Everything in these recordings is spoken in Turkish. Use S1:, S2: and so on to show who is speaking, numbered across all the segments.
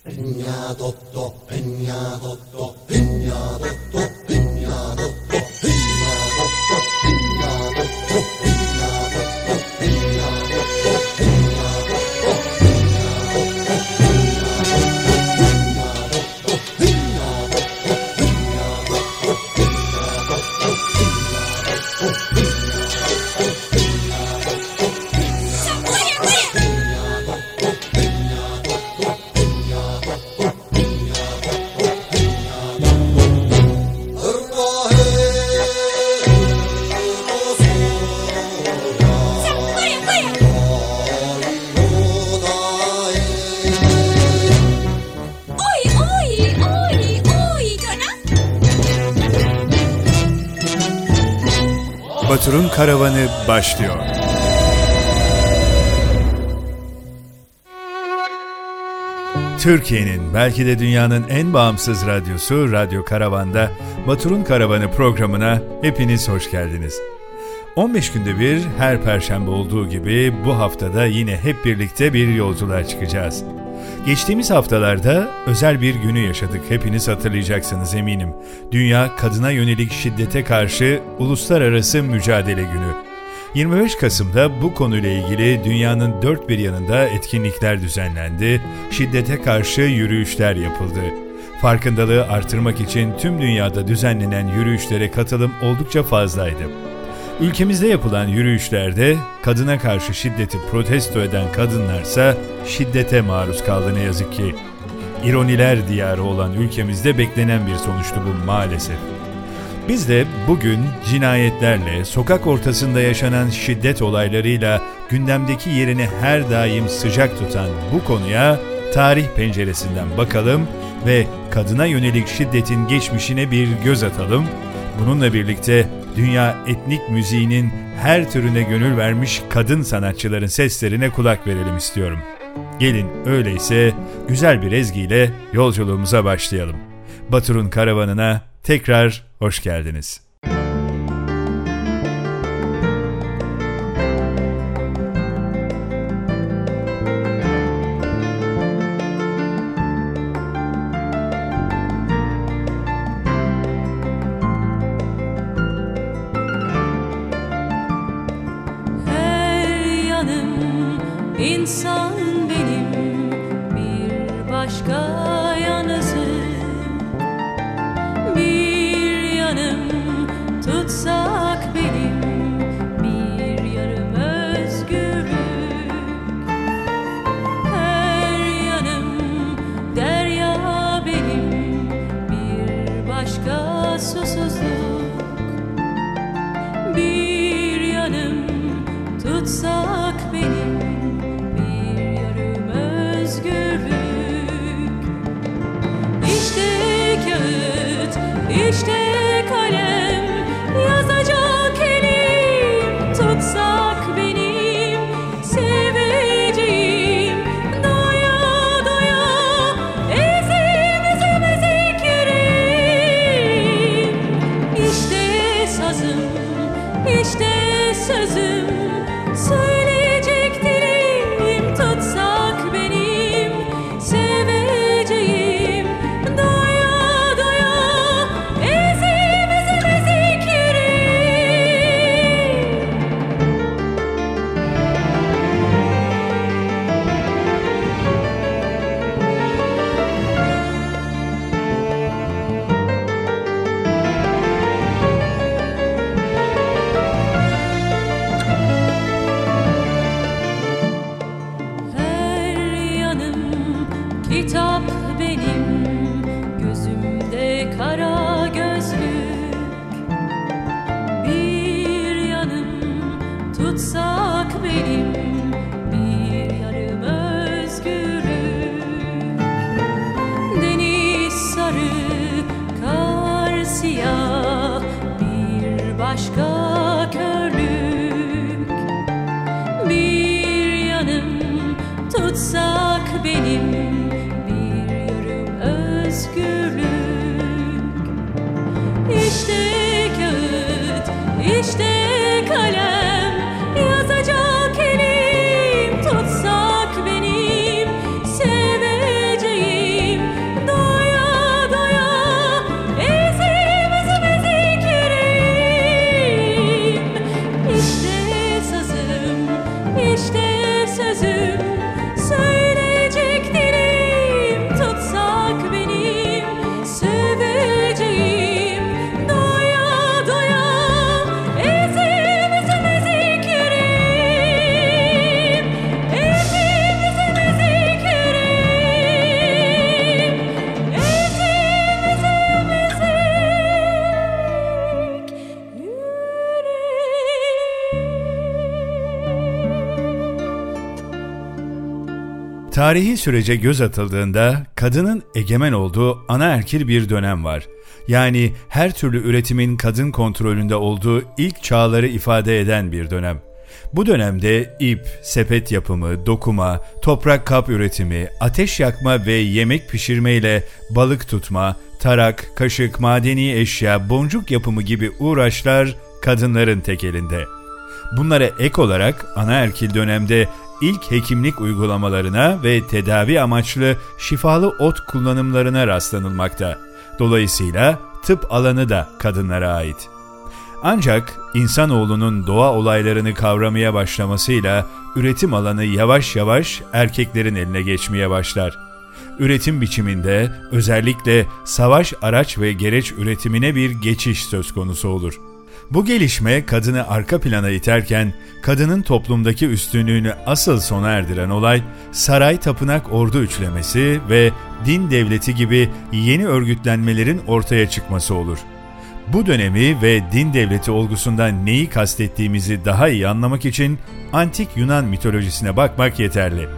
S1: Batur'un Karavanı başlıyor. Türkiye'nin belki de dünyanın en bağımsız radyosu Radyo Karavan'da Batur'un Karavanı programına hepiniz hoş geldiniz. 15 günde bir her perşembe olduğu gibi bu haftada yine hep birlikte bir yolculuğa çıkacağız. Geçtiğimiz haftalarda özel bir günü yaşadık. Hepiniz hatırlayacaksınız eminim. Dünya Kadına Yönelik Şiddete Karşı Uluslararası Mücadele Günü. 25 Kasım'da bu konuyla ilgili dünyanın dört bir yanında etkinlikler düzenlendi, şiddete karşı yürüyüşler yapıldı. Farkındalığı artırmak için tüm dünyada düzenlenen yürüyüşlere katılım oldukça fazlaydı. Ülkemizde yapılan yürüyüşlerde kadına karşı şiddeti protesto eden kadınlarsa şiddete maruz kaldı ne yazık ki. İroniler diyarı olan ülkemizde beklenen bir sonuçtu bu maalesef. Biz de bugün cinayetlerle, sokak ortasında yaşanan şiddet olaylarıyla gündemdeki yerini her daim sıcak tutan bu konuya tarih penceresinden bakalım ve kadına yönelik şiddetin geçmişine bir göz atalım. Bununla birlikte dünya etnik müziğinin her türüne gönül vermiş kadın sanatçıların seslerine kulak verelim istiyorum. Gelin öyleyse güzel bir ezgiyle yolculuğumuza başlayalım. Batur'un Karavanı'na tekrar hoş geldiniz.
S2: İnsan benim bir başka yalnızım, bir yanım tutsak benim bir yarım özgürlük, her yanım derya benim bir başka susuzluk, bir yanım tutsak benim bir yarım özgürlük.
S1: Tarihi sürece göz atıldığında kadının egemen olduğu anaerkil bir dönem var. Yani her türlü üretimin kadın kontrolünde olduğu ilk çağları ifade eden bir dönem. Bu dönemde ip, sepet yapımı, dokuma, toprak kap üretimi, ateş yakma ve yemek pişirmeyle balık tutma, tarak, kaşık, madeni eşya, boncuk yapımı gibi uğraşlar kadınların tek elinde. Bunlara ek olarak anaerkil dönemde ilk hekimlik uygulamalarına ve tedavi amaçlı şifalı ot kullanımlarına rastlanılmakta. Dolayısıyla tıp alanı da kadınlara ait. Ancak insanoğlunun doğa olaylarını kavramaya başlamasıyla üretim alanı yavaş yavaş erkeklerin eline geçmeye başlar. Üretim biçiminde özellikle savaş araç ve gereç üretimine bir geçiş söz konusu olur. Bu gelişme kadını arka plana iterken kadının toplumdaki üstünlüğünü asıl sona erdiren olay saray tapınak ordu üçlemesi ve din devleti gibi yeni örgütlenmelerin ortaya çıkması olur. Bu dönemi ve din devleti olgusundan neyi kastettiğimizi daha iyi anlamak için antik Yunan mitolojisine bakmak yeterli.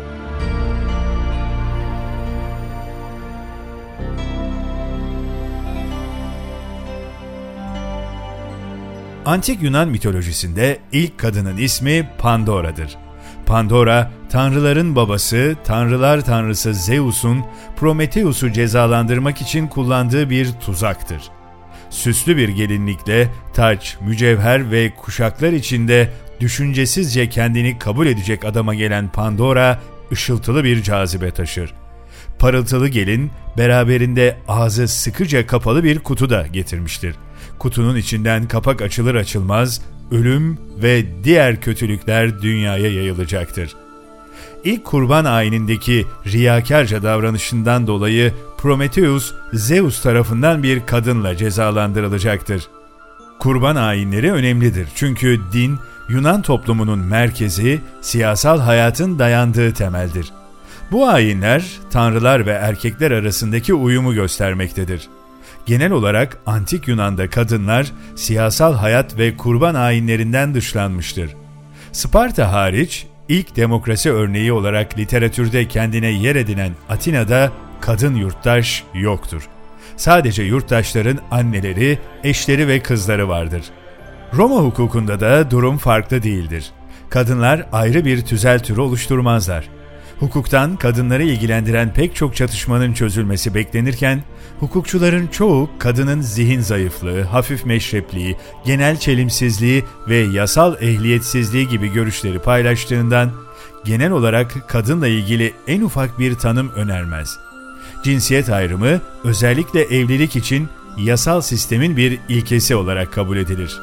S1: Antik Yunan mitolojisinde ilk kadının ismi Pandora'dır. Pandora, tanrıların babası, tanrılar tanrısı Zeus'un Prometheus'u cezalandırmak için kullandığı bir tuzaktır. Süslü bir gelinlikle taç, mücevher ve kuşaklar içinde düşüncesizce kendini kabul edecek adama gelen Pandora, ışıltılı bir cazibe taşır. Parıltılı gelin beraberinde ağzı sıkıca kapalı bir kutu da getirmiştir. Kutunun içinden kapak açılır açılmaz ölüm ve diğer kötülükler dünyaya yayılacaktır. İlk kurban ayinindeki riyakarca davranışından dolayı Prometheus, Zeus tarafından bir kadınla cezalandırılacaktır. Kurban ayinleri önemlidir çünkü din, Yunan toplumunun merkezi, siyasal hayatın dayandığı temeldir. Bu ayinler, tanrılar ve erkekler arasındaki uyumu göstermektedir. Genel olarak antik Yunan'da kadınlar siyasal hayat ve kurban ayinlerinden dışlanmıştır. Sparta hariç ilk demokrasi örneği olarak literatürde kendine yer edinen Atina'da kadın yurttaş yoktur. Sadece yurttaşların anneleri, eşleri ve kızları vardır. Roma hukukunda da durum farklı değildir. Kadınlar ayrı bir tüzel türü oluşturmazlar. Hukuktan kadınları ilgilendiren pek çok çatışmanın çözülmesi beklenirken, hukukçuların çoğu kadının zihin zayıflığı, hafif meşrepliği, genel çelimsizliği ve yasal ehliyetsizliği gibi görüşleri paylaştığından, genel olarak kadınla ilgili en ufak bir tanım önermez. Cinsiyet ayrımı özellikle evlilik için yasal sistemin bir ilkesi olarak kabul edilir.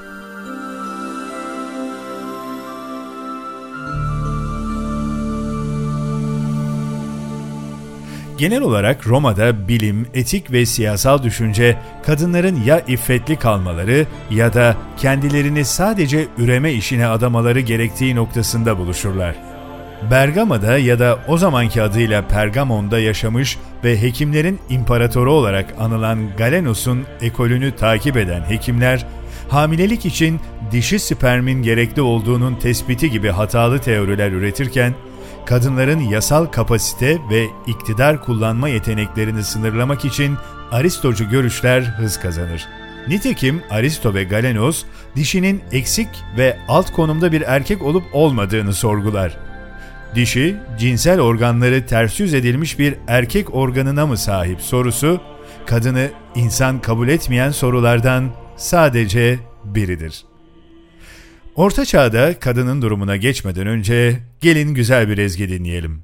S1: Genel olarak Roma'da bilim, etik ve siyasal düşünce kadınların ya iffetli kalmaları ya da kendilerini sadece üreme işine adamaları gerektiği noktasında buluşurlar. Bergama'da ya da o zamanki adıyla Pergamon'da yaşamış ve hekimlerin imparatoru olarak anılan Galenos'un ekolünü takip eden hekimler, hamilelik için dişi spermin gerekli olduğunun tespiti gibi hatalı teoriler üretirken, kadınların yasal kapasite ve iktidar kullanma yeteneklerini sınırlamak için Aristocu görüşler hız kazanır. Nitekim Aristo ve Galenos, dişinin eksik ve alt konumda bir erkek olup olmadığını sorgular. Dişi, cinsel organları ters yüz edilmiş bir erkek organına mı sahip sorusu, kadını insan kabul etmeyen sorulardan sadece biridir. Orta Çağ'da kadının durumuna geçmeden önce gelin güzel bir ezgi dinleyelim.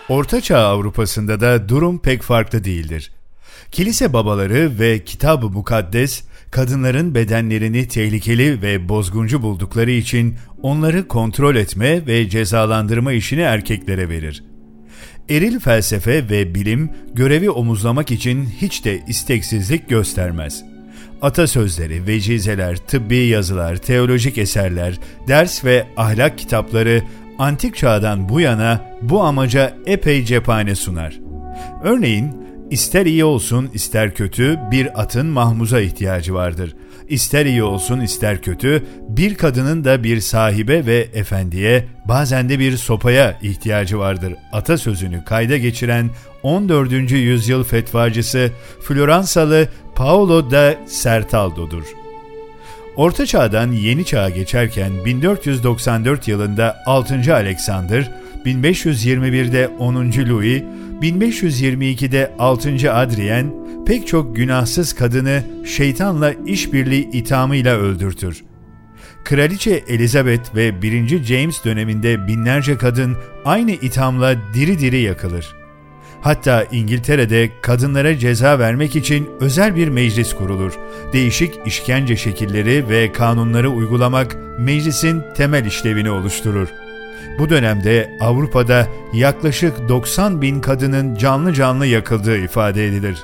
S1: Ortaçağ Avrupa'sında da durum pek farklı değildir. Kilise babaları ve Kitab-ı Mukaddes, kadınların bedenlerini tehlikeli ve bozguncu buldukları için onları kontrol etme ve cezalandırma işini erkeklere verir. Eril felsefe ve bilim görevi omuzlamak için hiç de isteksizlik göstermez. Atasözleri, vecizeler, tıbbi yazılar, teolojik eserler, ders ve ahlak kitapları antik çağdan bu yana bu amaca epey cephane sunar. Örneğin, ister iyi olsun ister kötü bir atın mahmuza ihtiyacı vardır. İster iyi olsun ister kötü bir kadının da bir sahibe ve efendiye, bazen de bir sopaya ihtiyacı vardır. Atasözünü kayda geçiren 14. yüzyıl fetvacısı Floransalı Paolo da Certaldo'dur. Orta Çağ'dan Yeni Çağ'a geçerken 1494 yılında 6. Alexander, 1521'de 10. Louis, 1522'de 6. Adrien pek çok günahsız kadını şeytanla işbirliği ithamıyla öldürtür. Kraliçe Elizabeth ve 1. James döneminde binlerce kadın aynı ithamla diri diri yakılır. Hatta İngiltere'de kadınlara ceza vermek için özel bir meclis kurulur. Değişik işkence şekilleri ve kanunları uygulamak meclisin temel işlevini oluşturur. Bu dönemde Avrupa'da yaklaşık 90.000 kadının canlı canlı yakıldığı ifade edilir.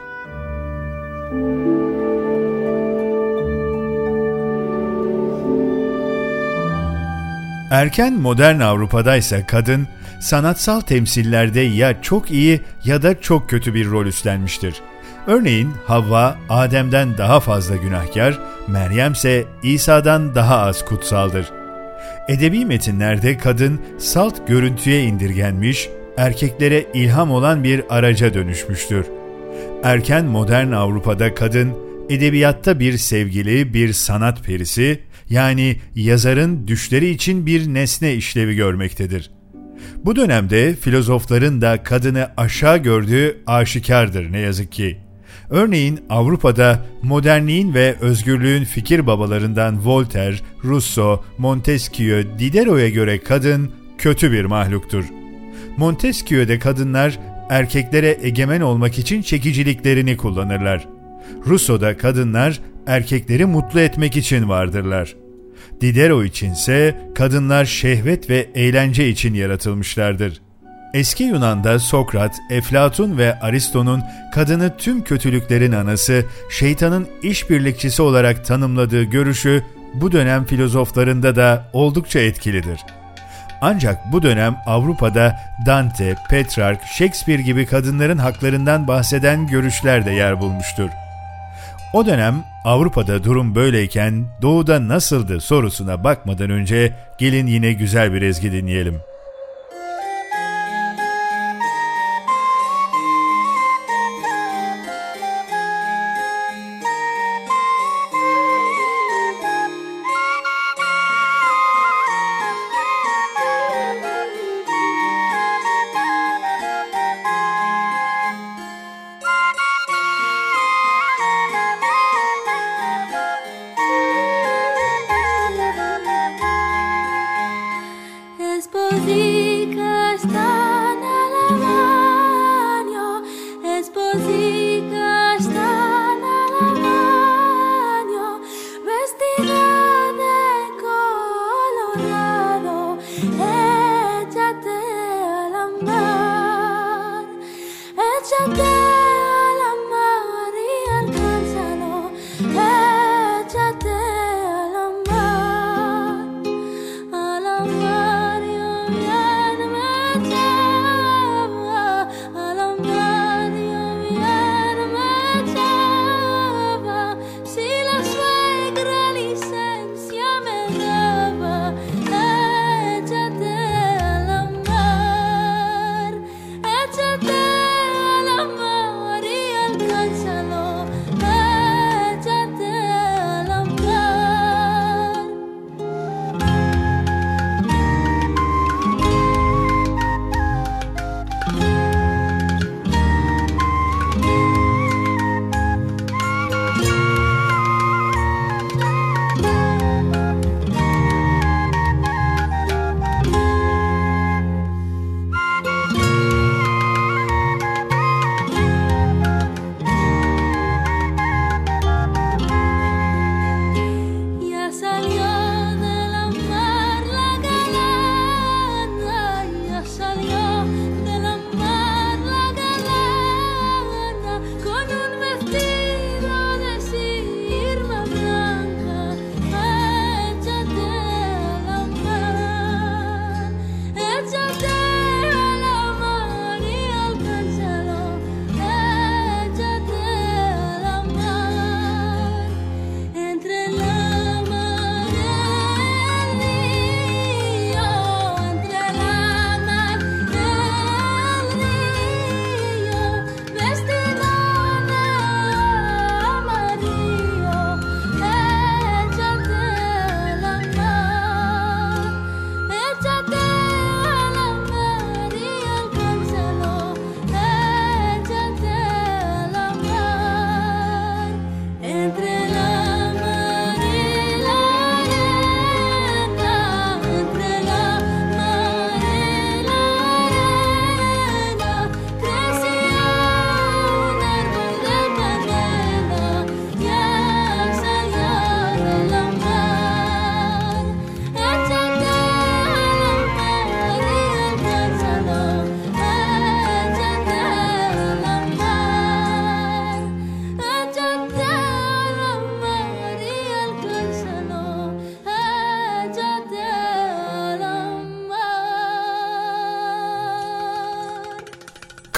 S1: Erken modern Avrupa'daysa kadın, sanatsal temsillerde ya çok iyi ya da çok kötü bir rol üstlenmiştir. Örneğin Havva, Adem'den daha fazla günahkar, Meryem ise İsa'dan daha az kutsaldır. Edebi metinlerde kadın salt görüntüye indirgenmiş, erkeklere ilham olan bir araca dönüşmüştür. Erken modern Avrupa'da kadın, edebiyatta bir sevgili, bir sanat perisi, yani yazarın düşleri için bir nesne işlevi görmektedir. Bu dönemde filozofların da kadını aşağı gördüğü aşikardır ne yazık ki. Örneğin Avrupa'da modernliğin ve özgürlüğün fikir babalarından Voltaire, Rousseau, Montesquieu, Diderot'a göre kadın kötü bir mahluktur. Montesquieu'de kadınlar erkeklere egemen olmak için çekiciliklerini kullanırlar. Rousseau'da kadınlar erkekleri mutlu etmek için vardırlar. Diderot içinse kadınlar şehvet ve eğlence için yaratılmışlardır. Eski Yunan'da Sokrat, Eflatun ve Aristo'nun kadını tüm kötülüklerin anası, şeytanın işbirlikçisi olarak tanımladığı görüşü bu dönem filozoflarında da oldukça etkilidir. Ancak bu dönem Avrupa'da Dante, Petrarch, Shakespeare gibi kadınların haklarından bahseden görüşler de yer bulmuştur. O dönem Avrupa'da durum böyleyken Doğu'da nasıldı sorusuna bakmadan önce gelin yine güzel bir ezgi dinleyelim.
S2: Échate al mar.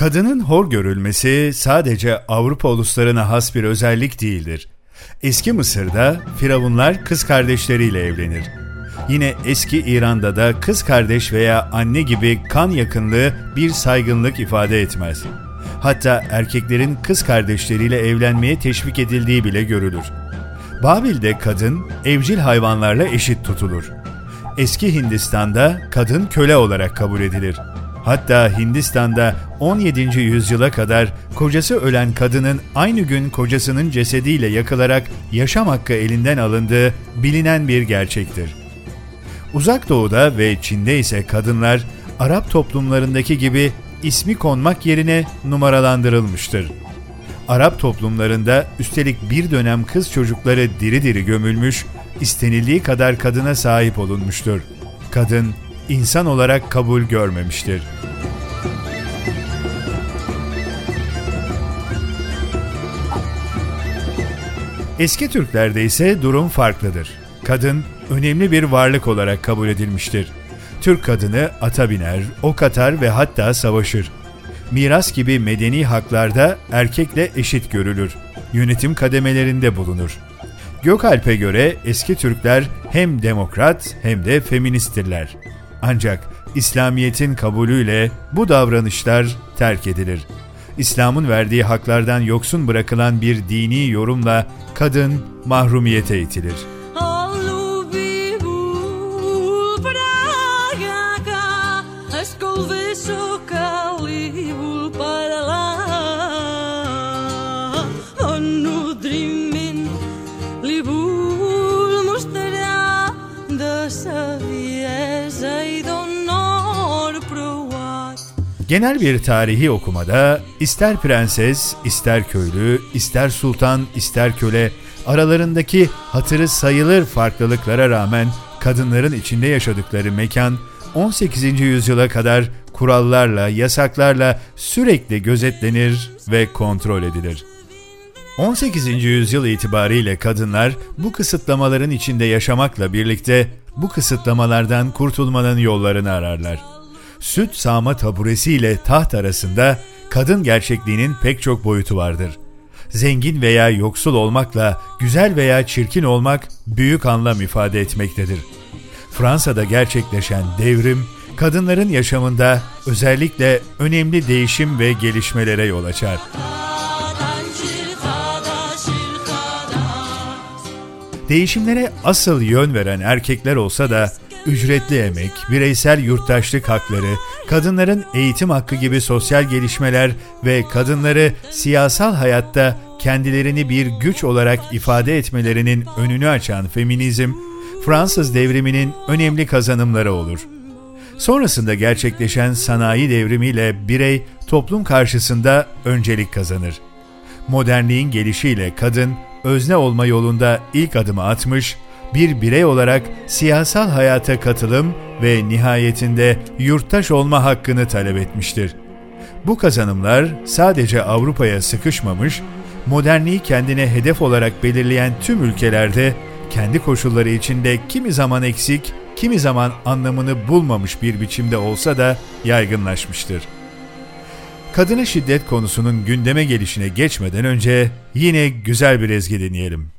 S1: Kadının hor görülmesi sadece Avrupa uluslarına has bir özellik değildir. Eski Mısır'da firavunlar kız kardeşleriyle evlenir. Yine eski İran'da da kız kardeş veya anne gibi kan yakınlığı bir saygınlık ifade etmez. Hatta erkeklerin kız kardeşleriyle evlenmeye teşvik edildiği bile görülür. Babil'de kadın evcil hayvanlarla eşit tutulur. Eski Hindistan'da kadın köle olarak kabul edilir. Hatta Hindistan'da 17. yüzyıla kadar kocası ölen kadının aynı gün kocasının cesediyle yakılarak yaşam hakkı elinden alındığı bilinen bir gerçektir. Uzak Doğu'da ve Çin'de ise kadınlar Arap toplumlarındaki gibi ismi konmak yerine numaralandırılmıştır. Arap toplumlarında üstelik bir dönem kız çocukları diri diri gömülmüş, istenildiği kadar kadına sahip olunmuştur. Kadın, insan olarak kabul görmemiştir. Eski Türklerde ise durum farklıdır. Kadın, önemli bir varlık olarak kabul edilmiştir. Türk kadını ata biner, ok atar ve hatta savaşır. Miras gibi medeni haklarda erkekle eşit görülür. Yönetim kademelerinde bulunur. Gökalp'e göre eski Türkler hem demokrat hem de feministtirler. Ancak İslamiyet'in kabulüyle bu davranışlar terk edilir. İslam'ın verdiği haklardan yoksun bırakılan bir dini yorumla kadın mahrumiyete itilir. Genel bir tarihi okumada ister prenses, ister köylü, ister sultan, ister köle, aralarındaki hatırı sayılır farklılıklara rağmen kadınların içinde yaşadıkları mekan 18. yüzyıla kadar kurallarla, yasaklarla sürekli gözetlenir ve kontrol edilir. 18. yüzyıl itibariyle kadınlar bu kısıtlamaların içinde yaşamakla birlikte bu kısıtlamalardan kurtulmanın yollarını ararlar. Süt sağma taburesiyle taht arasında kadın gerçekliğinin pek çok boyutu vardır. Zengin veya yoksul olmakla güzel veya çirkin olmak büyük anlam ifade etmektedir. Fransa'da gerçekleşen devrim, kadınların yaşamında özellikle önemli değişim ve gelişmelere yol açar. Değişimlere asıl yön veren erkekler olsa da ücretli emek, bireysel yurttaşlık hakları, kadınların eğitim hakkı gibi sosyal gelişmeler ve kadınları siyasal hayatta kendilerini bir güç olarak ifade etmelerinin önünü açan feminizm, Fransız devriminin önemli kazanımları olur. Sonrasında gerçekleşen sanayi devrimiyle birey toplum karşısında öncelik kazanır. Modernliğin gelişiyle kadın, özne olma yolunda ilk adımı atmış, bir birey olarak siyasal hayata katılım ve nihayetinde yurttaş olma hakkını talep etmiştir. Bu kazanımlar sadece Avrupa'ya sıkışmamış, modernliği kendine hedef olarak belirleyen tüm ülkelerde kendi koşulları içinde kimi zaman eksik, kimi zaman anlamını bulmamış bir biçimde olsa da yaygınlaşmıştır. Kadına şiddet konusunun gündeme gelişine geçmeden önce yine güzel bir ezgi dinleyelim.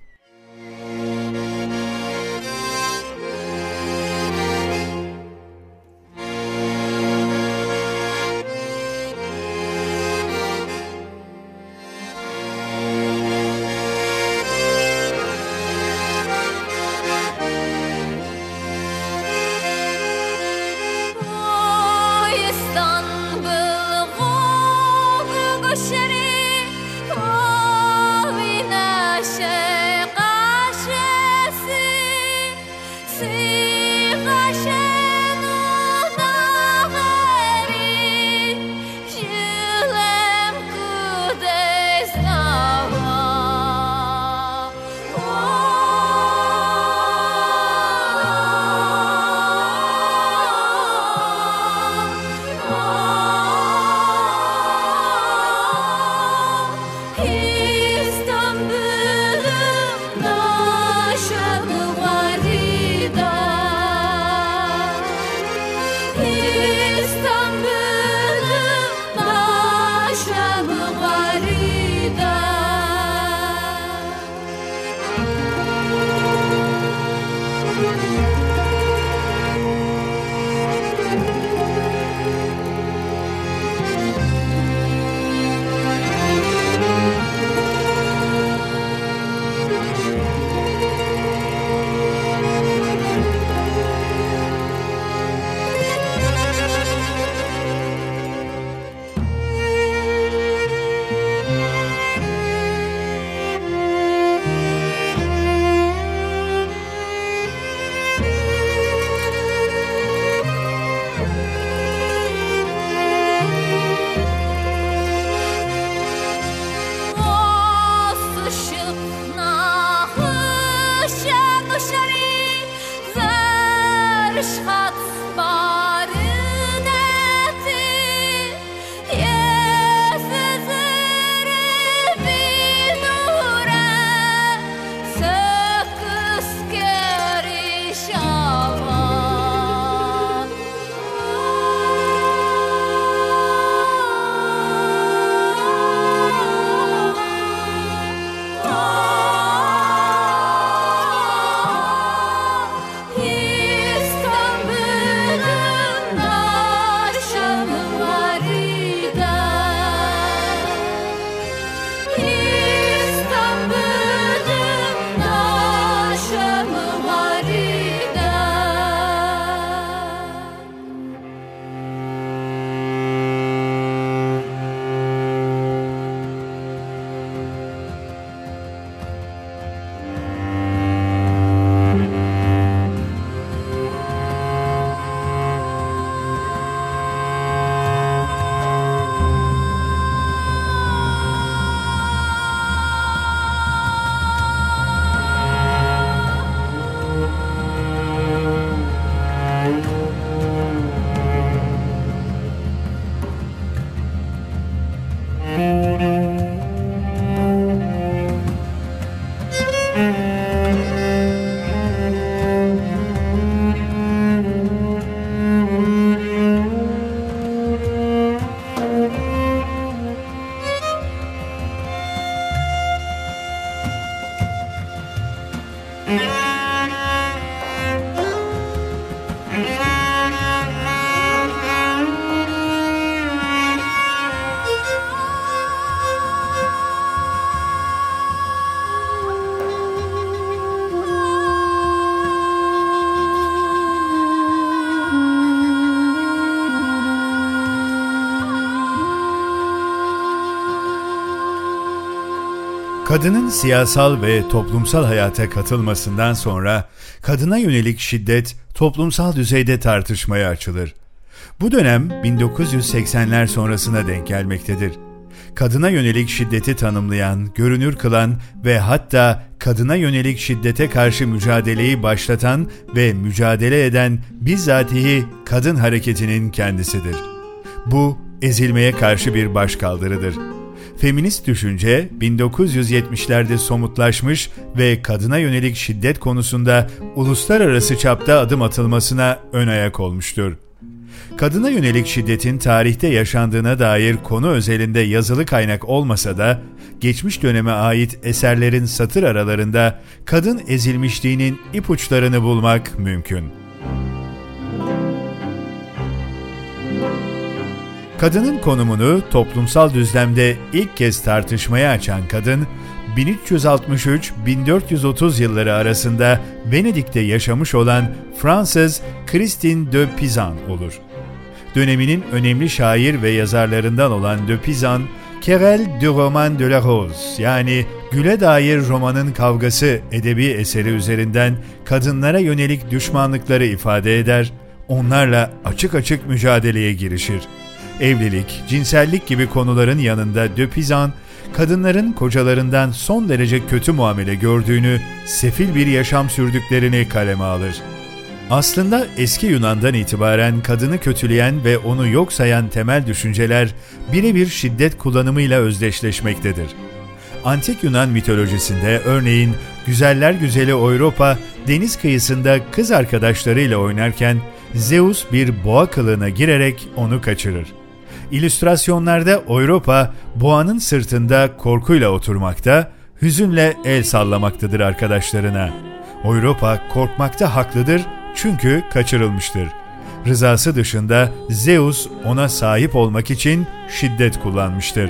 S1: Kadının siyasal ve toplumsal hayata katılmasından sonra kadına yönelik şiddet toplumsal düzeyde tartışmaya açılır. Bu dönem 1980'ler sonrasına denk gelmektedir. Kadına yönelik şiddeti tanımlayan, görünür kılan ve hatta kadına yönelik şiddete karşı mücadeleyi başlatan ve mücadele eden bizzatihi kadın hareketinin kendisidir. Bu, ezilmeye karşı bir başkaldırıdır. Feminist düşünce 1970'lerde somutlaşmış ve kadına yönelik şiddet konusunda uluslararası çapta adım atılmasına ön ayak olmuştur. Kadına yönelik şiddetin tarihte yaşandığına dair konu özelinde yazılı kaynak olmasa da, geçmiş döneme ait eserlerin satır aralarında kadın ezilmişliğinin ipuçlarını bulmak mümkün. Kadının konumunu toplumsal düzlemde ilk kez tartışmaya açan kadın, 1363-1430 yılları arasında Venedik'te yaşamış olan Fransız Christine de Pizan olur. Döneminin önemli şair ve yazarlarından olan de Pizan, Querelle du roman de la rose yani Gül'e dair romanın kavgası edebi eseri üzerinden kadınlara yönelik düşmanlıkları ifade eder, onlarla açık açık mücadeleye girişir. Evlilik, cinsellik gibi konuların yanında de Pizan, kadınların kocalarından son derece kötü muamele gördüğünü, sefil bir yaşam sürdüklerini kaleme alır. Aslında eski Yunan'dan itibaren kadını kötüleyen ve onu yok sayan temel düşünceler birebir şiddet kullanımıyla özdeşleşmektedir. Antik Yunan mitolojisinde örneğin güzeller güzeli Europa deniz kıyısında kız arkadaşlarıyla oynarken Zeus bir boğa kılığına girerek onu kaçırır. İllüstrasyonlarda Europa boğanın sırtında korkuyla oturmakta, hüzünle el sallamaktadır arkadaşlarına. Europa korkmakta haklıdır çünkü kaçırılmıştır. Rızası dışında Zeus ona sahip olmak için şiddet kullanmıştır.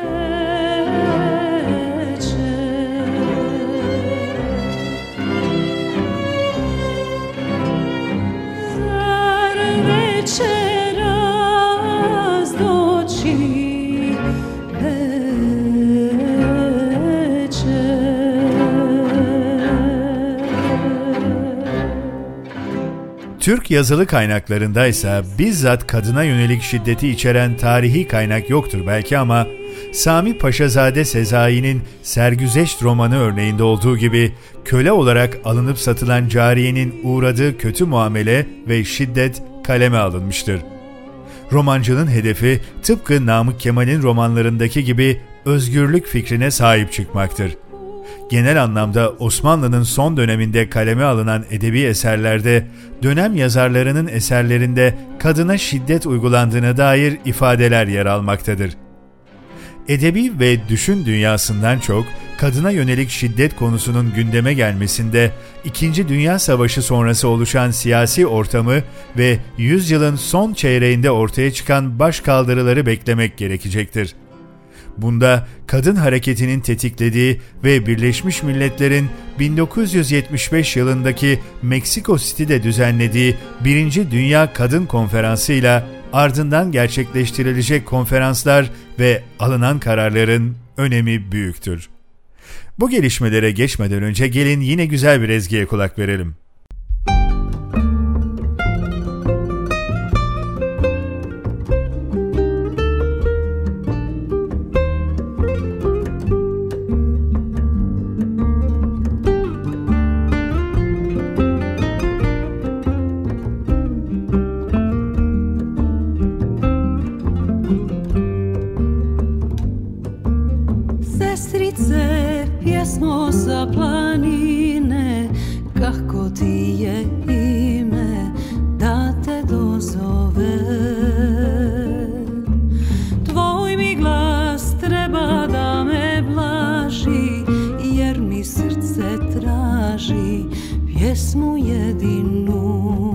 S1: Türk yazılı kaynaklarında ise bizzat kadına yönelik şiddeti içeren tarihi kaynak yoktur belki ama Sami Paşazade Sezai'nin Sergüzeşt romanı örneğinde olduğu gibi köle olarak alınıp satılan cariyenin uğradığı kötü muamele ve şiddet kaleme alınmıştır. Romancının hedefi tıpkı Namık Kemal'in romanlarındaki gibi özgürlük fikrine sahip çıkmaktır. Genel anlamda Osmanlı'nın son döneminde kaleme alınan edebi eserlerde, dönem yazarlarının eserlerinde kadına şiddet uygulandığına dair ifadeler yer almaktadır. Edebi ve düşün dünyasından çok, kadına yönelik şiddet konusunun gündeme gelmesinde, İkinci Dünya Savaşı sonrası oluşan siyasi ortamı ve yüzyılın son çeyreğinde ortaya çıkan başkaldırıları beklemek gerekecektir. Bunda kadın hareketinin tetiklediği ve Birleşmiş Milletler'in 1975 yılındaki Meksiko City'de düzenlediği 1. Dünya Kadın Konferansı ile ardından gerçekleştirilecek konferanslar ve alınan kararların önemi büyüktür. Bu gelişmelere geçmeden önce gelin yine güzel bir ezgiye kulak verelim.
S2: Pjesmo sa planine, kako ti je ime da te dozove. Tvoj mi glas treba da me blaži, jer mi srce traži pjesmu jedinu.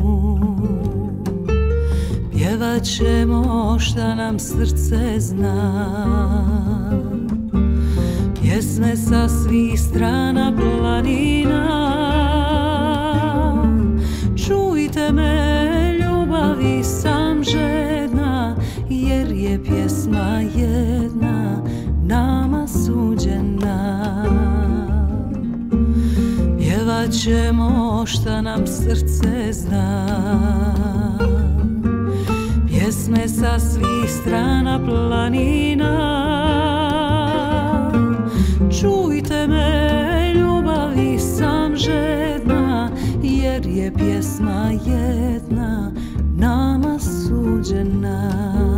S2: Pjevat ćemo šta nam srce zna, pjesme sa svih strana planina. Čujte me, ljubavi sam žedna, jer je pjesma jedna nama suđena. Pjevat ćemo šta nam srce zna, pjesme sa svih strana planina. Čujte me, ljubavi sam žedna, jer je pjesma jedna nama suđena.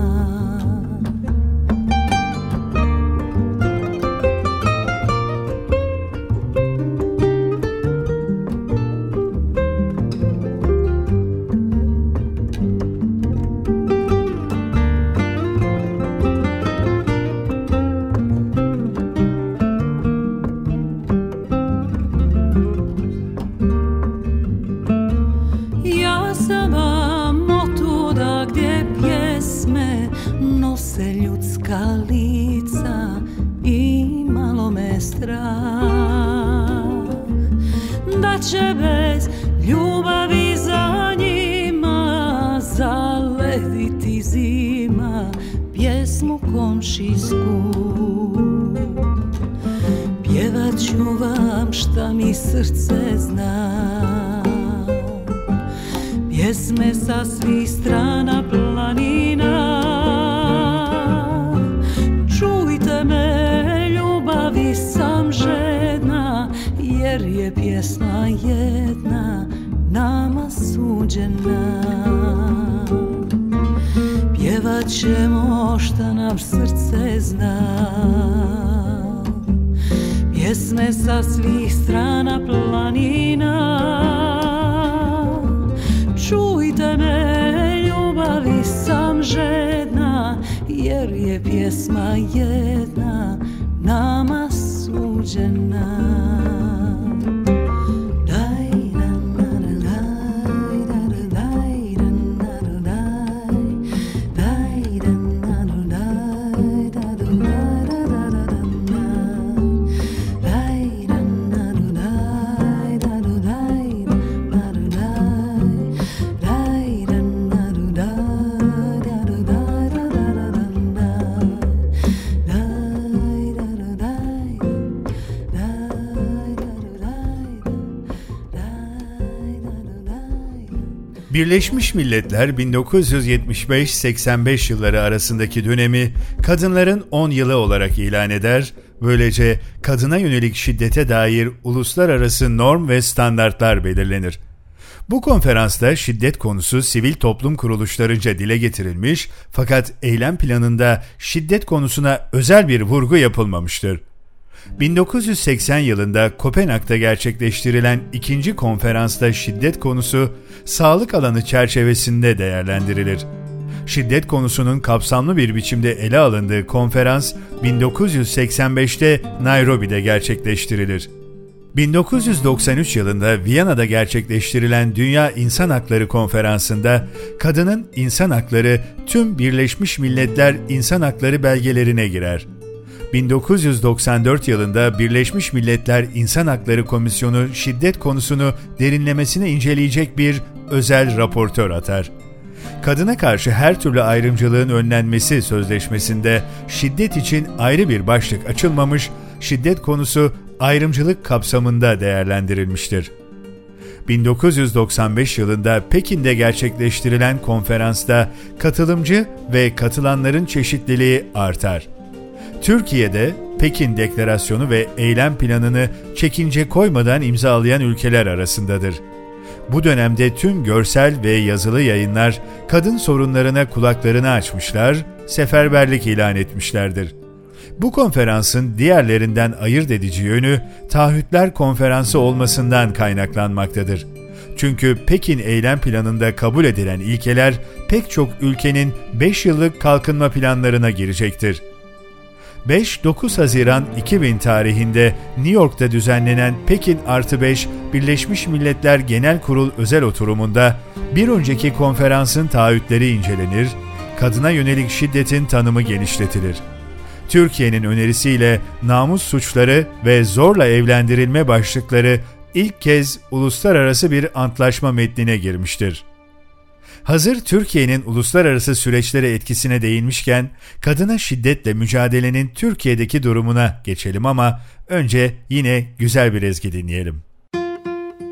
S2: Da će bez ljubavi za njima zalediti zima pjesmu komšijsku. Pjevat ću vam šta mi srce zna, pjesme sa svih strana planina. Čujte me, ljubavi sam žedna, jer je pjesma jedna nama suđena. Pjevat ćemo šta nam srce zna, pjesme sa svih strana planina. Čujte me, ljubavi sam žedna, jer je pjesma jedna nama suđena.
S1: Birleşmiş Milletler 1975-85 yılları arasındaki dönemi kadınların 10 yılı olarak ilan eder, böylece kadına yönelik şiddete dair uluslararası norm ve standartlar belirlenir. Bu konferansta şiddet konusu sivil toplum kuruluşlarınca dile getirilmiş fakat eylem planında şiddet konusuna özel bir vurgu yapılmamıştır. 1980 yılında Kopenhag'da gerçekleştirilen ikinci konferansta şiddet konusu sağlık alanı çerçevesinde değerlendirilir. Şiddet konusunun kapsamlı bir biçimde ele alındığı konferans 1985'te Nairobi'de gerçekleştirilir. 1993 yılında Viyana'da gerçekleştirilen Dünya İnsan Hakları Konferansı'nda kadının insan hakları tüm Birleşmiş Milletler İnsan Hakları belgelerine girer. 1994 yılında Birleşmiş Milletler İnsan Hakları Komisyonu şiddet konusunu derinlemesine inceleyecek bir özel raportör atar. Kadına karşı her türlü ayrımcılığın önlenmesi sözleşmesinde şiddet için ayrı bir başlık açılmamış, şiddet konusu ayrımcılık kapsamında değerlendirilmiştir. 1995 yılında Pekin'de gerçekleştirilen konferansta katılımcı ve katılanların çeşitliliği artar. Türkiye'de Pekin Deklarasyonu ve eylem planını çekince koymadan imzalayan ülkeler arasındadır. Bu dönemde tüm görsel ve yazılı yayınlar kadın sorunlarına kulaklarını açmışlar, seferberlik ilan etmişlerdir. Bu konferansın diğerlerinden ayırt edici yönü Taahhütler Konferansı olmasından kaynaklanmaktadır. Çünkü Pekin eylem planında kabul edilen ilkeler pek çok ülkenin 5 yıllık kalkınma planlarına girecektir. 5-9 Haziran 2000 tarihinde New York'ta düzenlenen Pekin +5 Birleşmiş Milletler Genel Kurul özel oturumunda bir önceki konferansın taahhütleri incelenir, kadına yönelik şiddetin tanımı genişletilir. Türkiye'nin önerisiyle namus suçları ve zorla evlendirilme başlıkları ilk kez uluslararası bir antlaşma metnine girmiştir. Hazır Türkiye'nin uluslararası süreçlere etkisine değinmişken, kadına şiddetle mücadelenin Türkiye'deki durumuna geçelim ama önce yine güzel bir ezgi dinleyelim.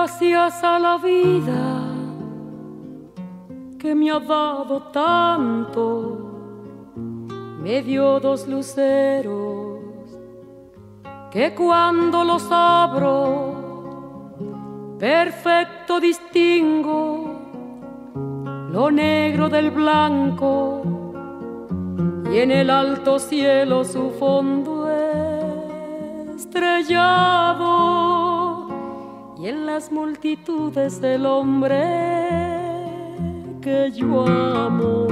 S2: Gracias a la vida que me ha dado tanto, me dio dos luceros que cuando los abro perfecto distingo lo negro del blanco y en el alto cielo su fondo estrellado y en las multitudes el hombre que yo amo.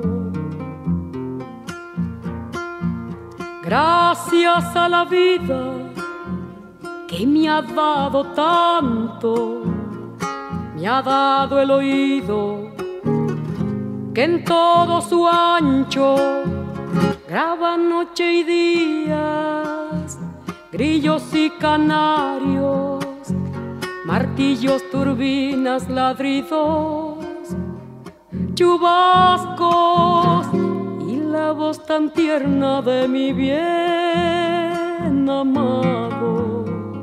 S2: Gracias a la vida que me ha dado tanto, me ha dado el oído que en todo su ancho graba noche y días, grillos y canarios, martillos, turbinas, ladridos, chubascos y la voz tan tierna de mi bien amado.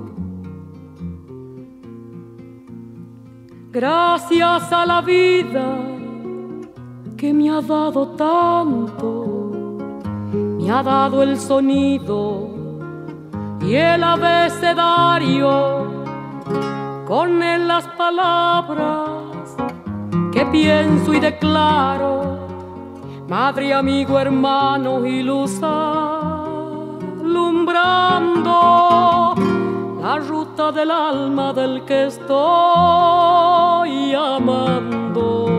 S2: Gracias a la vida que me ha dado tanto, me ha dado el sonido y el abecedario, con él las palabras que pienso y declaro, madre, amigo, hermano y luz alumbrando la ruta del alma del que estoy amando.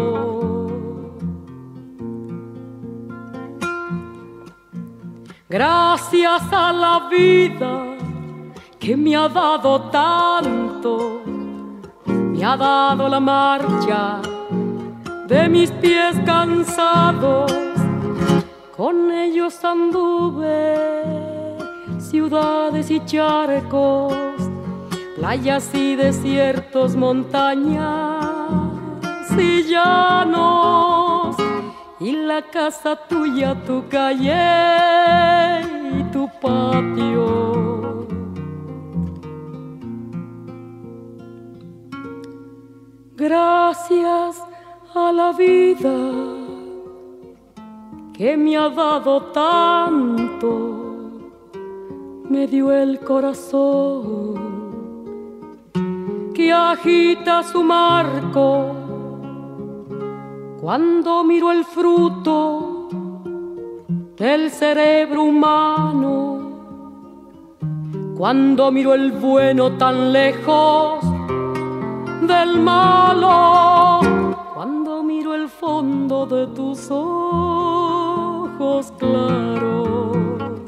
S2: Gracias a la vida que me ha dado tanto, me ha dado la marcha de mis pies cansados, con ellos anduve ciudades y charcos, playas y desiertos, montañas y llanos, y la casa tuya, tu calle y tu patio. Gracias a la vida que me ha dado tanto, me dio el corazón que agita su marco cuando miro el fruto del cerebro humano, cuando miro el bueno tan lejos del malo, cuando miro el fondo de tus ojos claros.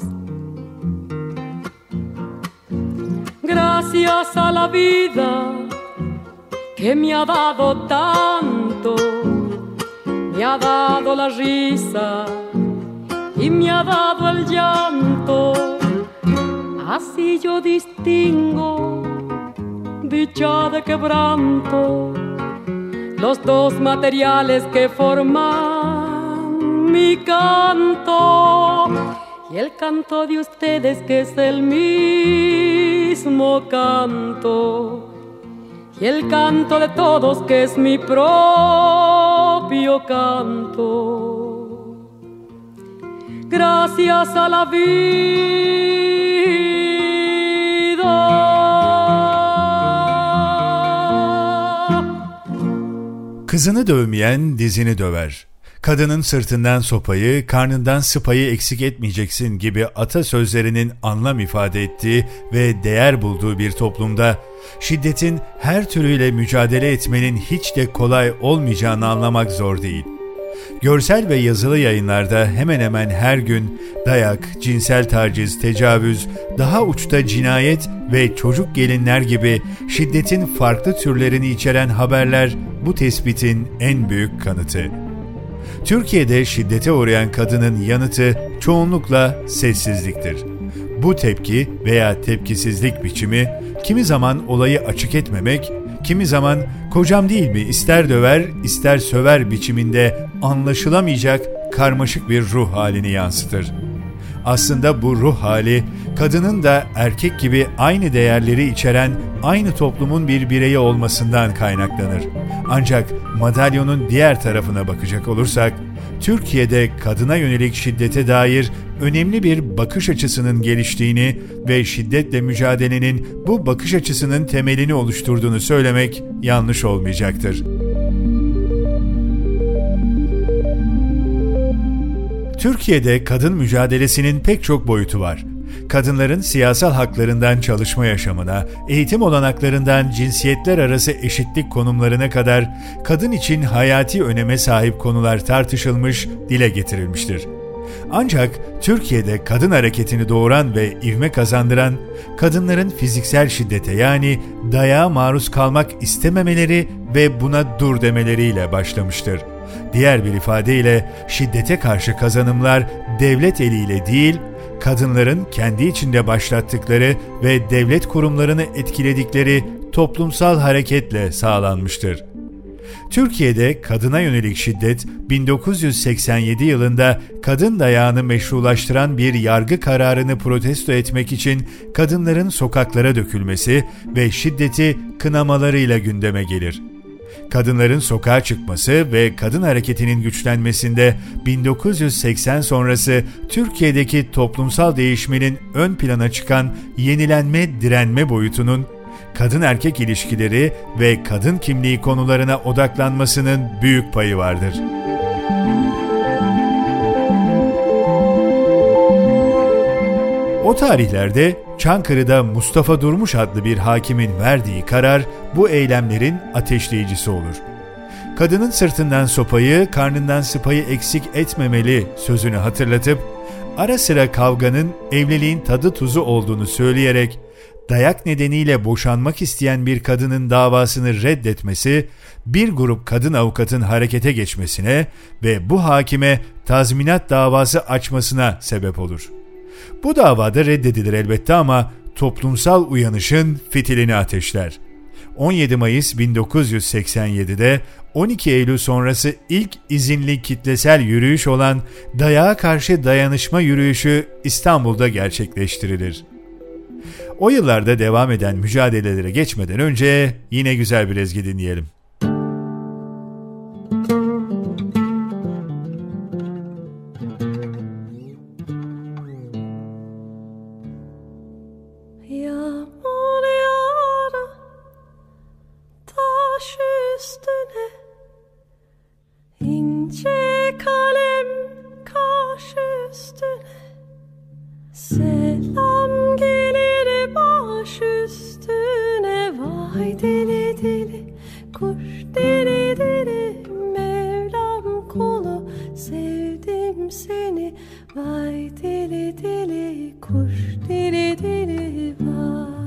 S2: Gracias a la vida que me ha dado tanto, me ha dado la risa y me ha dado el llanto, así yo distingo dicha de quebranto, los dos materiales que forman mi canto y el canto de ustedes que es el mismo canto y el canto de todos que es mi propio canto. Gracias a la vida.
S1: Kızını dövmeyen dizini döver. Kadının sırtından sopayı, karnından sıpayı eksik etmeyeceksin gibi atasözlerinin anlam ifade ettiği ve değer bulduğu bir toplumda şiddetin her türüyle mücadele etmenin hiç de kolay olmayacağını anlamak zor değil. Görsel ve yazılı yayınlarda hemen hemen her gün dayak, cinsel taciz, tecavüz, daha uçta cinayet ve çocuk gelinler gibi şiddetin farklı türlerini içeren haberler bu tespitin en büyük kanıtı. Türkiye'de şiddete uğrayan kadının yanıtı çoğunlukla sessizliktir. Bu tepki veya tepkisizlik biçimi kimi zaman olayı açık etmemek, kimi zaman kocam değil mi ister döver ister söver biçiminde anlaşılamayacak karmaşık bir ruh halini yansıtır. Aslında bu ruh hali, kadının da erkek gibi aynı değerleri içeren aynı toplumun bir bireyi olmasından kaynaklanır. Ancak madalyonun diğer tarafına bakacak olursak, Türkiye'de kadına yönelik şiddete dair önemli bir bakış açısının geliştiğini ve şiddetle mücadelenin bu bakış açısının temelini oluşturduğunu söylemek yanlış olmayacaktır. Türkiye'de kadın mücadelesinin pek çok boyutu var. Kadınların siyasal haklarından çalışma yaşamına, eğitim olanaklarından cinsiyetler arası eşitlik konumlarına kadar kadın için hayati öneme sahip konular tartışılmış, dile getirilmiştir. Ancak Türkiye'de kadın hareketini doğuran ve ivme kazandıran, kadınların fiziksel şiddete yani dayağa maruz kalmak istememeleri ve buna dur demeleriyle başlamıştır. Diğer bir ifadeyle şiddete karşı kazanımlar devlet eliyle değil, kadınların kendi içinde başlattıkları ve devlet kurumlarını etkiledikleri toplumsal hareketle sağlanmıştır. Türkiye'de kadına yönelik şiddet 1987 yılında kadın dayağını meşrulaştıran bir yargı kararını protesto etmek için kadınların sokaklara dökülmesi ve şiddeti kınamalarıyla gündeme gelir. Kadınların sokağa çıkması ve kadın hareketinin güçlenmesinde 1980 sonrası Türkiye'deki toplumsal değişmenin ön plana çıkan yenilenme, direnme boyutunun, kadın erkek ilişkileri ve kadın kimliği konularına odaklanmasının büyük payı vardır. O tarihlerde Çankırı'da Mustafa Durmuş adlı bir hakimin verdiği karar bu eylemlerin ateşleyicisi olur. Kadının sırtından sopayı, karnından sıpayı eksik etmemeli sözünü hatırlatıp, ara sıra kavganın evliliğin tadı tuzu olduğunu söyleyerek, dayak nedeniyle boşanmak isteyen bir kadının davasını reddetmesi, bir grup kadın avukatın harekete geçmesine ve bu hakime tazminat davası açmasına sebep olur. Bu davada reddedilir elbette ama toplumsal uyanışın fitilini ateşler. 17 Mayıs 1987'de 12 Eylül sonrası ilk izinli kitlesel yürüyüş olan Dayağa Karşı Dayanışma Yürüyüşü İstanbul'da gerçekleştirilir. O yıllarda devam eden mücadelelere geçmeden önce yine güzel bir ezgi dinleyelim.
S2: Selam gelir baş üstüne, vay deli deli kuş deli deli, Mevlam kulu sevdim seni, vay deli deli kuş deli deli vay.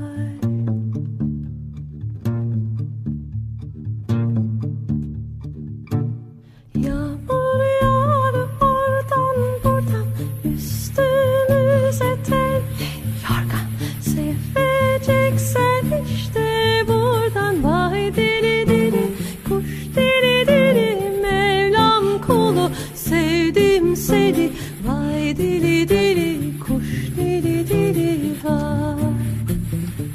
S2: Yağmur yağar oradan buradan, üstümüze telli yorgan, seveceksen işte buradan, vay deli deli kuş deli deli, Mevlam kulu sevdim seni, vay deli deli kuş deli deli vay.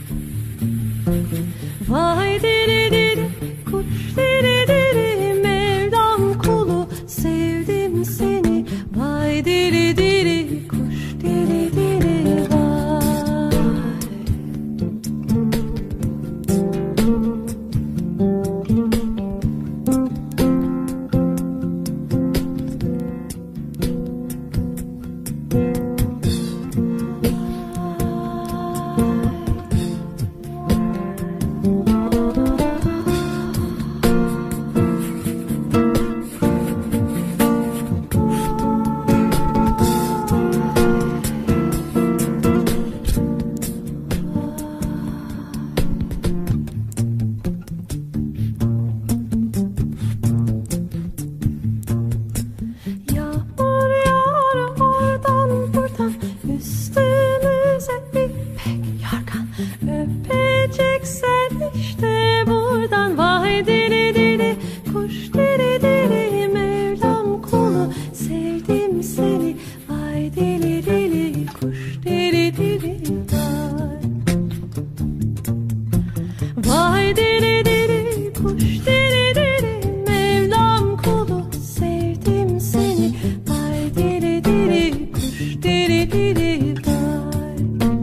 S2: kuş diri diri vay.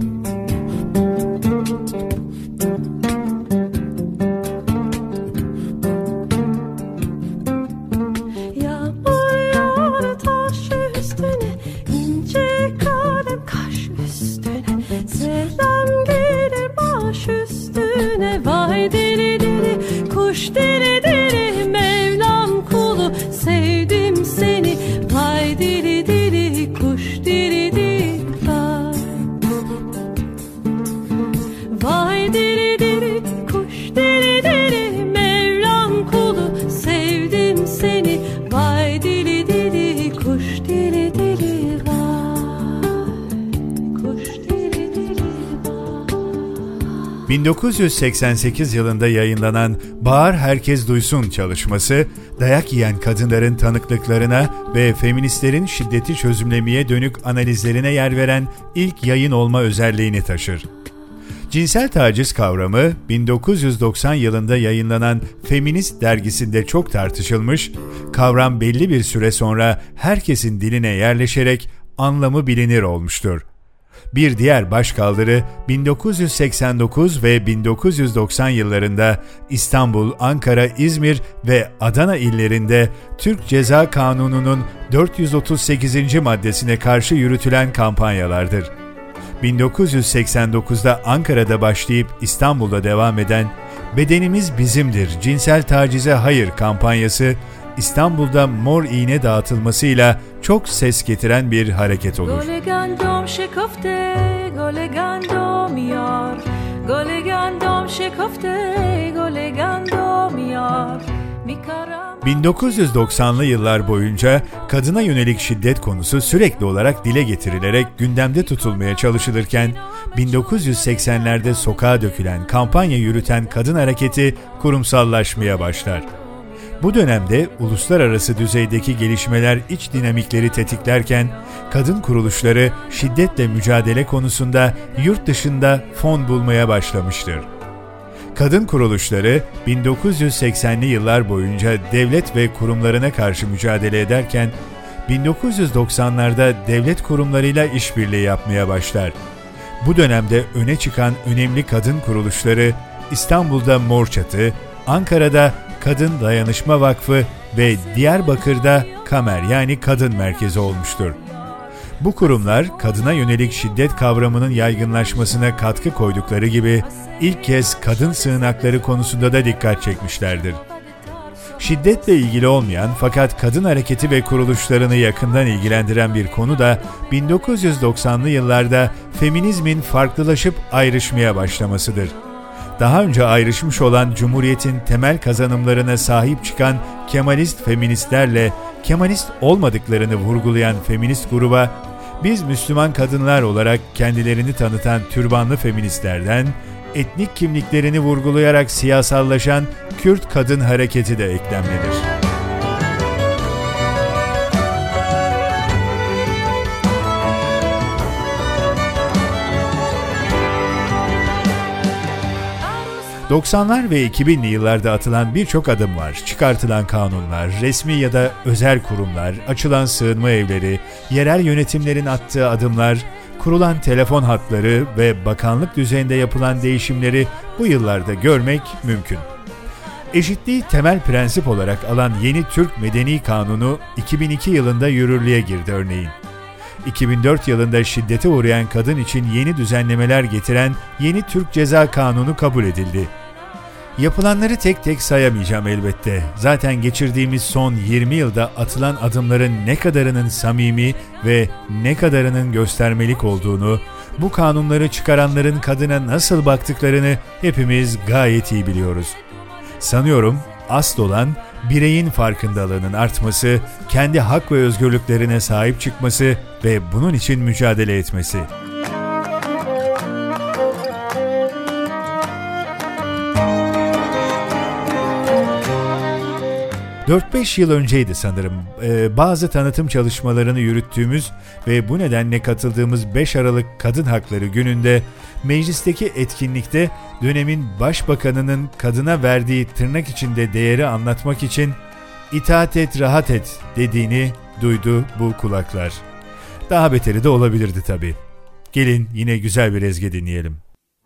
S2: Yağmur yağar taş üstüne, ince kalem kaş üstüne, selam gelir baş üstüne. Vay diri diri kuş diri diri, Mevlam kulu sevdim seni. Vay diri diri kuş diri diri vay. Vay diri diri kuş diri diri, Mevlam kulu sevdim seni. Vay diri diri kuş diri diri vay. Kuş diri diri vay.
S1: 1988 yılında yayınlanan Bağır Herkes Duysun çalışması, dayak yiyen kadınların tanıklıklarına ve feministlerin şiddeti çözümlemeye dönük analizlerine yer veren ilk yayın olma özelliğini taşır. Cinsel taciz kavramı 1990 yılında yayınlanan Feminist dergisinde çok tartışılmış, kavram belli bir süre sonra herkesin diline yerleşerek anlamı bilinir olmuştur. Bir diğer başkaldırı 1989 ve 1990 yıllarında İstanbul, Ankara, İzmir ve Adana illerinde Türk Ceza Kanunu'nun 438. maddesine karşı yürütülen kampanyalardır. 1989'da Ankara'da başlayıp İstanbul'da devam eden "Bedenimiz bizimdir, cinsel tacize hayır" kampanyası İstanbul'da mor iğne dağıtılmasıyla çok ses getiren bir hareket olur.
S2: گل گندم شکفته گل گندم یار گل گندم شکفته گل گندم یار
S1: 1990'lı yıllar boyunca kadına yönelik şiddet konusu sürekli olarak dile getirilerek gündemde tutulmaya çalışılırken 1980'lerde sokağa dökülen, kampanya yürüten kadın hareketi kurumsallaşmaya başlar. Bu dönemde uluslararası düzeydeki gelişmeler iç dinamikleri tetiklerken, kadın kuruluşları şiddetle mücadele konusunda yurt dışında fon bulmaya başlamıştır. Kadın kuruluşları 1980'li yıllar boyunca devlet ve kurumlarına karşı mücadele ederken, 1990'larda devlet kurumlarıyla işbirliği yapmaya başlar. Bu dönemde öne çıkan önemli kadın kuruluşları İstanbul'da Mor Çatı, Ankara'da Kadın Dayanışma Vakfı ve Diyarbakır'da Kamer yani Kadın Merkezi olmuştur. Bu kurumlar kadına yönelik şiddet kavramının yaygınlaşmasına katkı koydukları gibi ilk kez kadın sığınakları konusunda da dikkat çekmişlerdir. Şiddetle ilgili olmayan fakat kadın hareketi ve kuruluşlarını yakından ilgilendiren bir konu da 1990'lı yıllarda feminizmin farklılaşıp ayrışmaya başlamasıdır. Daha önce ayrışmış olan Cumhuriyet'in temel kazanımlarına sahip çıkan Kemalist feministlerle Kemalist olmadıklarını vurgulayan feminist gruba, biz Müslüman kadınlar olarak kendilerini tanıtan türbanlı feministlerden, etnik kimliklerini vurgulayarak siyasallaşan Kürt kadın hareketi de eklemlenir. ...90'lar ve 2000'li yıllarda atılan birçok adım var. Çıkartılan kanunlar, resmi ya da özel kurumlar, açılan sığınma evleri, yerel yönetimlerin attığı adımlar, kurulan telefon hatları ve bakanlık düzeyinde yapılan değişimleri bu yıllarda görmek mümkün. Eşitliği temel prensip olarak alan yeni Türk Medeni Kanunu 2002 yılında yürürlüğe girdi örneğin. 2004 yılında şiddete uğrayan kadın için yeni düzenlemeler getiren yeni Türk Ceza Kanunu kabul edildi. Yapılanları tek tek sayamayacağım elbette. Zaten geçirdiğimiz son 20 yılda atılan adımların ne kadarının samimi ve ne kadarının göstermelik olduğunu, bu kanunları çıkaranların kadına nasıl baktıklarını hepimiz gayet iyi biliyoruz. Sanıyorum asıl olan bireyin farkındalığının artması, kendi hak ve özgürlüklerine sahip çıkması ve bunun için mücadele etmesi. 4-5 yıl önceydi sanırım. Bazı tanıtım çalışmalarını yürüttüğümüz ve bu nedenle katıldığımız 5 Aralık Kadın Hakları Günü'nde meclisteki etkinlikte dönemin başbakanının kadına verdiği tırnak içinde değeri anlatmak için "İtaat et, rahat et" dediğini duydu bu kulaklar. Daha beteri de olabilirdi tabii. Gelin yine güzel bir ezgi dinleyelim.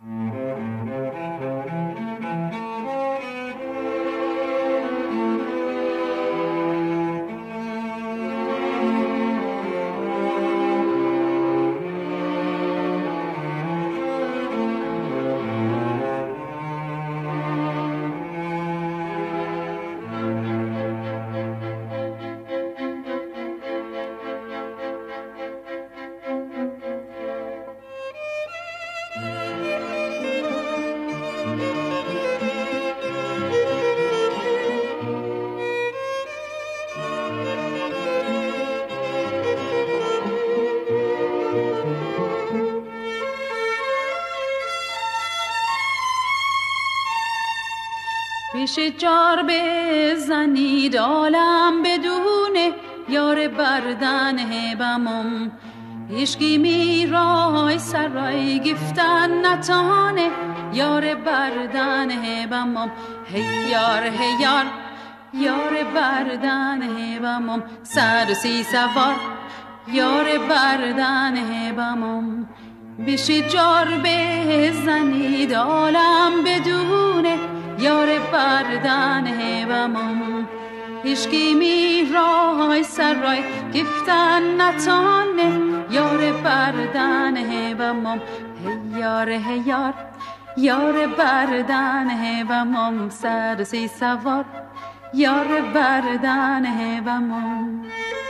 S2: پیش جار بزنید عالم بدونه یار بردن هبمم هیچکی میرای سرای گفتن نتانه یار بردن هبمم هیار هیار یار بردن هبمم 130 سوار یار بردن هبمم پیش جار بزنید عالم بدونه یار بردن هبمم هیچکی میرای سرای گفتن نتانه یار بردن هبمم هیار هیار یار بردن هبمم 130 سوار یار بردن هبمم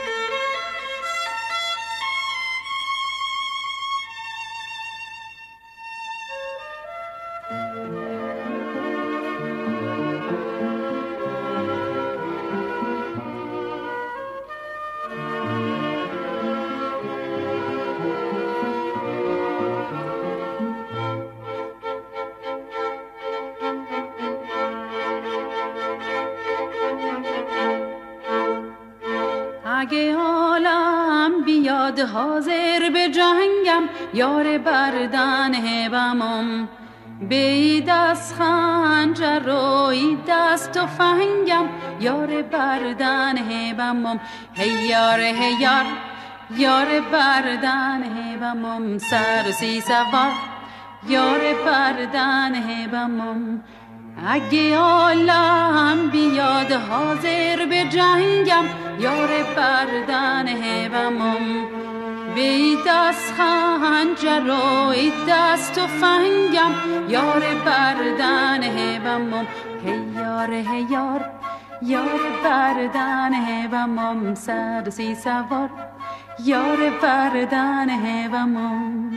S2: اگه عالم بیاد حاضر به جنگم یار بردن هبمم به دست خنجر و دست تفنگم یار بردن هبمم هیار هیار یار بردن هبمم 130 سوار یار بردن هبمم اگه عالم بیاد حاضر به جنگم یار بردن هبمم به دست خنجر و دست تفنگم یار بردن هبمم هیار هیار یار بردن هبمم 130 سوار یار بردن هبمم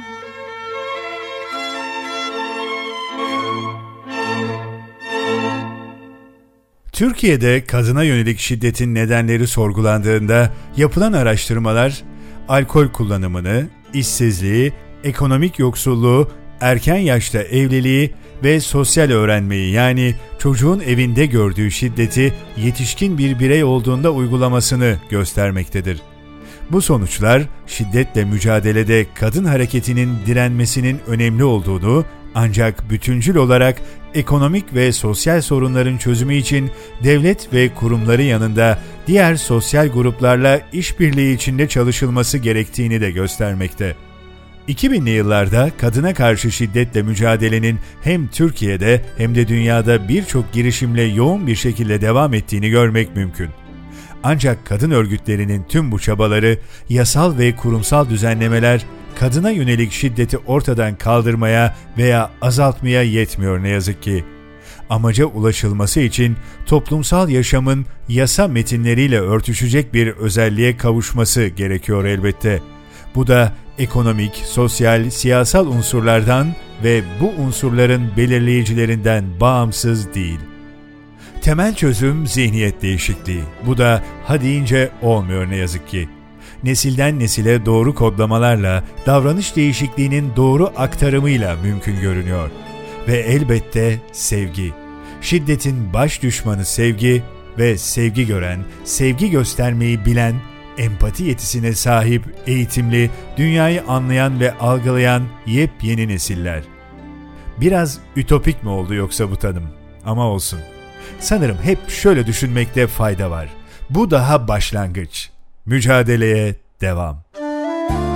S1: Türkiye'de kadına yönelik şiddetin nedenleri sorgulandığında yapılan araştırmalar, alkol kullanımını, işsizliği, ekonomik yoksulluğu, erken yaşta evliliği ve sosyal öğrenmeyi yani çocuğun evinde gördüğü şiddeti yetişkin bir birey olduğunda uygulamasını göstermektedir. Bu sonuçlar şiddetle mücadelede kadın hareketinin direnmesinin önemli olduğunu ancak bütüncül olarak ekonomik ve sosyal sorunların çözümü için devlet ve kurumları yanında diğer sosyal gruplarla işbirliği içinde çalışılması gerektiğini de göstermekte. 2000'li yıllarda kadına karşı şiddetle mücadelenin hem Türkiye'de hem de dünyada birçok girişimle yoğun bir şekilde devam ettiğini görmek mümkün. Ancak kadın örgütlerinin tüm bu çabaları, yasal ve kurumsal düzenlemeler, kadına yönelik şiddeti ortadan kaldırmaya veya azaltmaya yetmiyor ne yazık ki. Amaca ulaşılması için toplumsal yaşamın yasa metinleriyle örtüşecek bir özelliğe kavuşması gerekiyor elbette. Bu da ekonomik, sosyal, siyasal unsurlardan ve bu unsurların belirleyicilerinden bağımsız değil. Temel çözüm zihniyet değişikliği. Bu da ha deyince olmuyor ne yazık ki. Nesilden nesile doğru kodlamalarla, davranış değişikliğinin doğru aktarımıyla mümkün görünüyor. Ve elbette sevgi. Şiddetin baş düşmanı sevgi ve sevgi gören, sevgi göstermeyi bilen, empati yetisine sahip, eğitimli, dünyayı anlayan ve algılayan yepyeni nesiller. Biraz ütopik mi oldu yoksa bu tanım? Ama olsun. Sanırım hep şöyle düşünmekte fayda var. Bu daha başlangıç. Mücadeleye devam.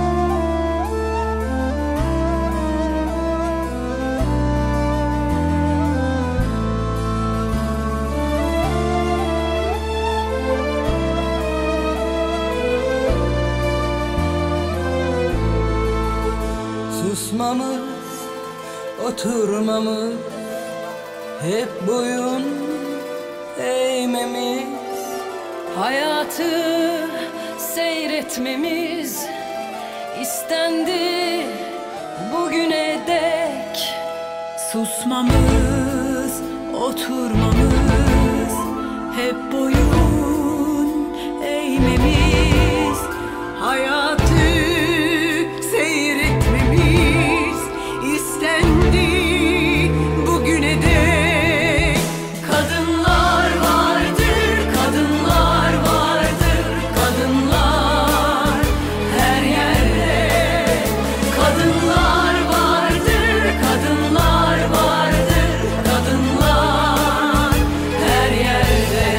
S2: Susmamız, oturmamız, hep boyun eğmemiz, hayatı seyretmemiz istendi bugüne dek. Susmamız, oturmamız, hep boyun eğmemiz, hayatı seyretmemiz istendi bugüne dek. Kadınlar vardır, kadınlar vardır, kadınlar her yerde. Kadınlar vardır, kadınlar vardır, kadınlar her yerde.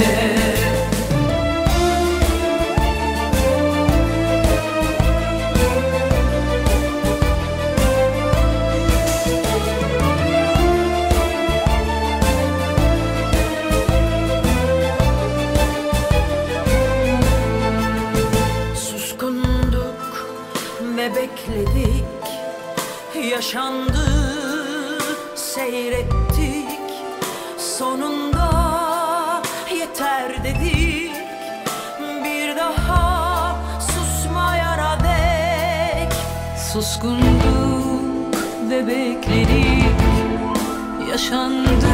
S2: Suskunduk ve bekledik, yaşandı, seyrettik, sonunda yeter dedik, bir daha susmayana dek. Suskunduk ve bekledik, yaşandı,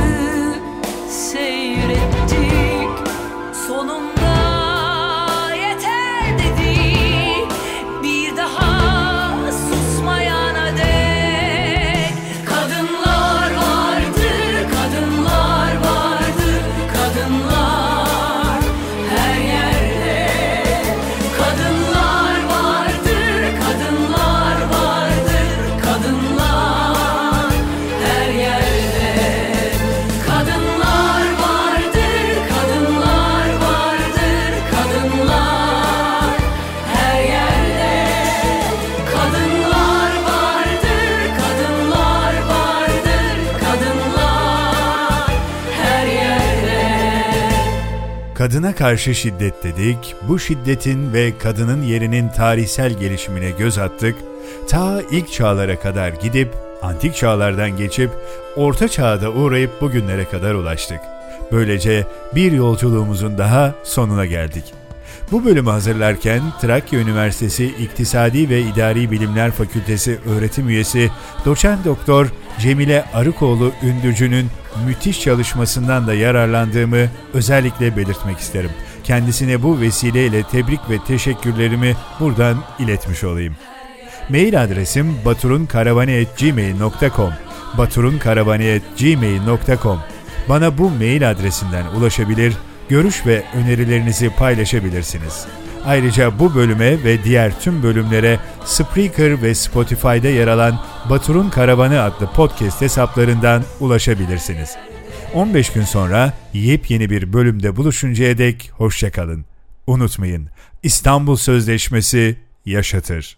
S2: seyrettik, sonunda yeter dedik, bir daha susmayana dek. Kadınlar vardır, kadınlar vardır, kadınlar her yerde. Kadınlar vardır, kadınlar vardır, kadınlar her yerde. Kadınlar vardır, kadınlar vardır, kadınlar her yerde. Kadınlar vardır, kadınlar vardır, kadınlar her yerde.
S1: Kadına karşı şiddet dedik, bu şiddetin ve kadının yerinin tarihsel gelişimine göz attık, ta ilk çağlara kadar gidip, antik çağlardan geçip, orta çağda uğrayıp bugünlere kadar ulaştık. Böylece bir yolculuğumuzun daha sonuna geldik. Bu bölümü hazırlarken Trakya Üniversitesi İktisadi ve İdari Bilimler Fakültesi öğretim üyesi Doçent Doktor Cemile Arıkoğlu Ündücü'nün müthiş çalışmasından da yararlandığımı özellikle belirtmek isterim. Kendisine bu vesileyle tebrik ve teşekkürlerimi buradan iletmiş olayım. Mail adresim baturunkaravani@gmail.com baturunkaravani@gmail.com. Bana bu mail adresinden ulaşabilir, görüş ve önerilerinizi paylaşabilirsiniz. Ayrıca bu bölüme ve diğer tüm bölümlere Spreaker ve Spotify'da yer alan Batur'un Karavanı adlı podcast hesaplarından ulaşabilirsiniz. 15 gün sonra yepyeni bir bölümde buluşuncaya dek hoşça kalın. Unutmayın, İstanbul Sözleşmesi yaşatır.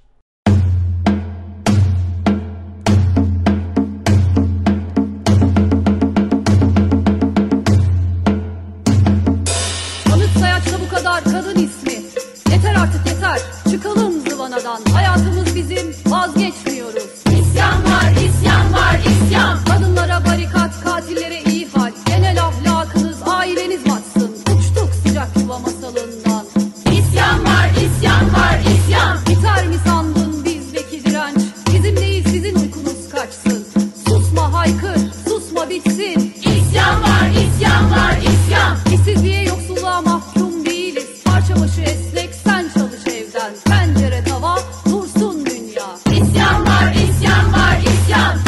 S3: Kadın ismi. Yeter artık yeter. Çıkalım zıvanadan. Hayatımız bizim, vazgeçmiyoruz. İsyan var, isyan var, isyan. Kadınlara barikat, katillere iyi hal. Genel ahlakınız, aileniz batsın. Uçtuk sıcak yuva masalından. İsyan var, isyan var, isyan. Biter mi sandın bizdeki direnç? Bizim değil sizin uykunuz kaçsın. Susma haykır, susma bitsin. İsyan var, isyan var, isyan. İşsizliğe, yoksulluğa mahkum değiliz. Parça başı esnek, sen çalış evden. Pencere tava, dursun dünya. İsyan var, isyan var, isyan.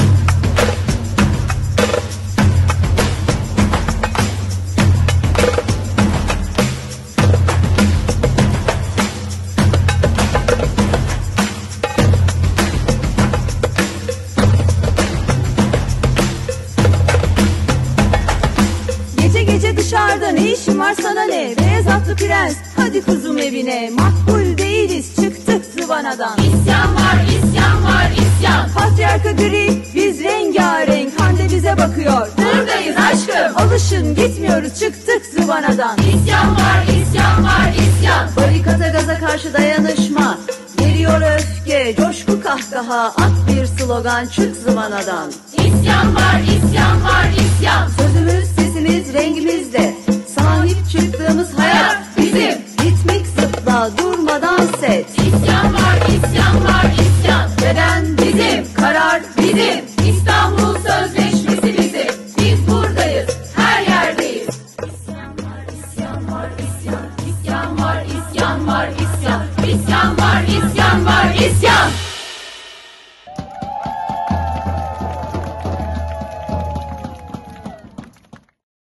S3: Gece gece dışarıda ne işin var sana ne? Beyaz atlı prens, hadi kuzum evine. Makbul değiliz, çıktık zıvanadan. İsyan var, isyan var, isyan. Patriarka gri, biz rengarenk. Hande bize bakıyor, buradayız aşkım. Alışın, gitmiyoruz, çıktık zıvanadan. İsyan var, isyan var, isyan. Barikata gaza karşı dayanışma. Geliyor öfke,
S4: coşku kahkaha, at bir slogan, çık zıvanadan.
S3: İsyan var, isyan var, isyan.
S4: Sözümüz, sesimiz, rengimizde, sahip çıktığımız hayat.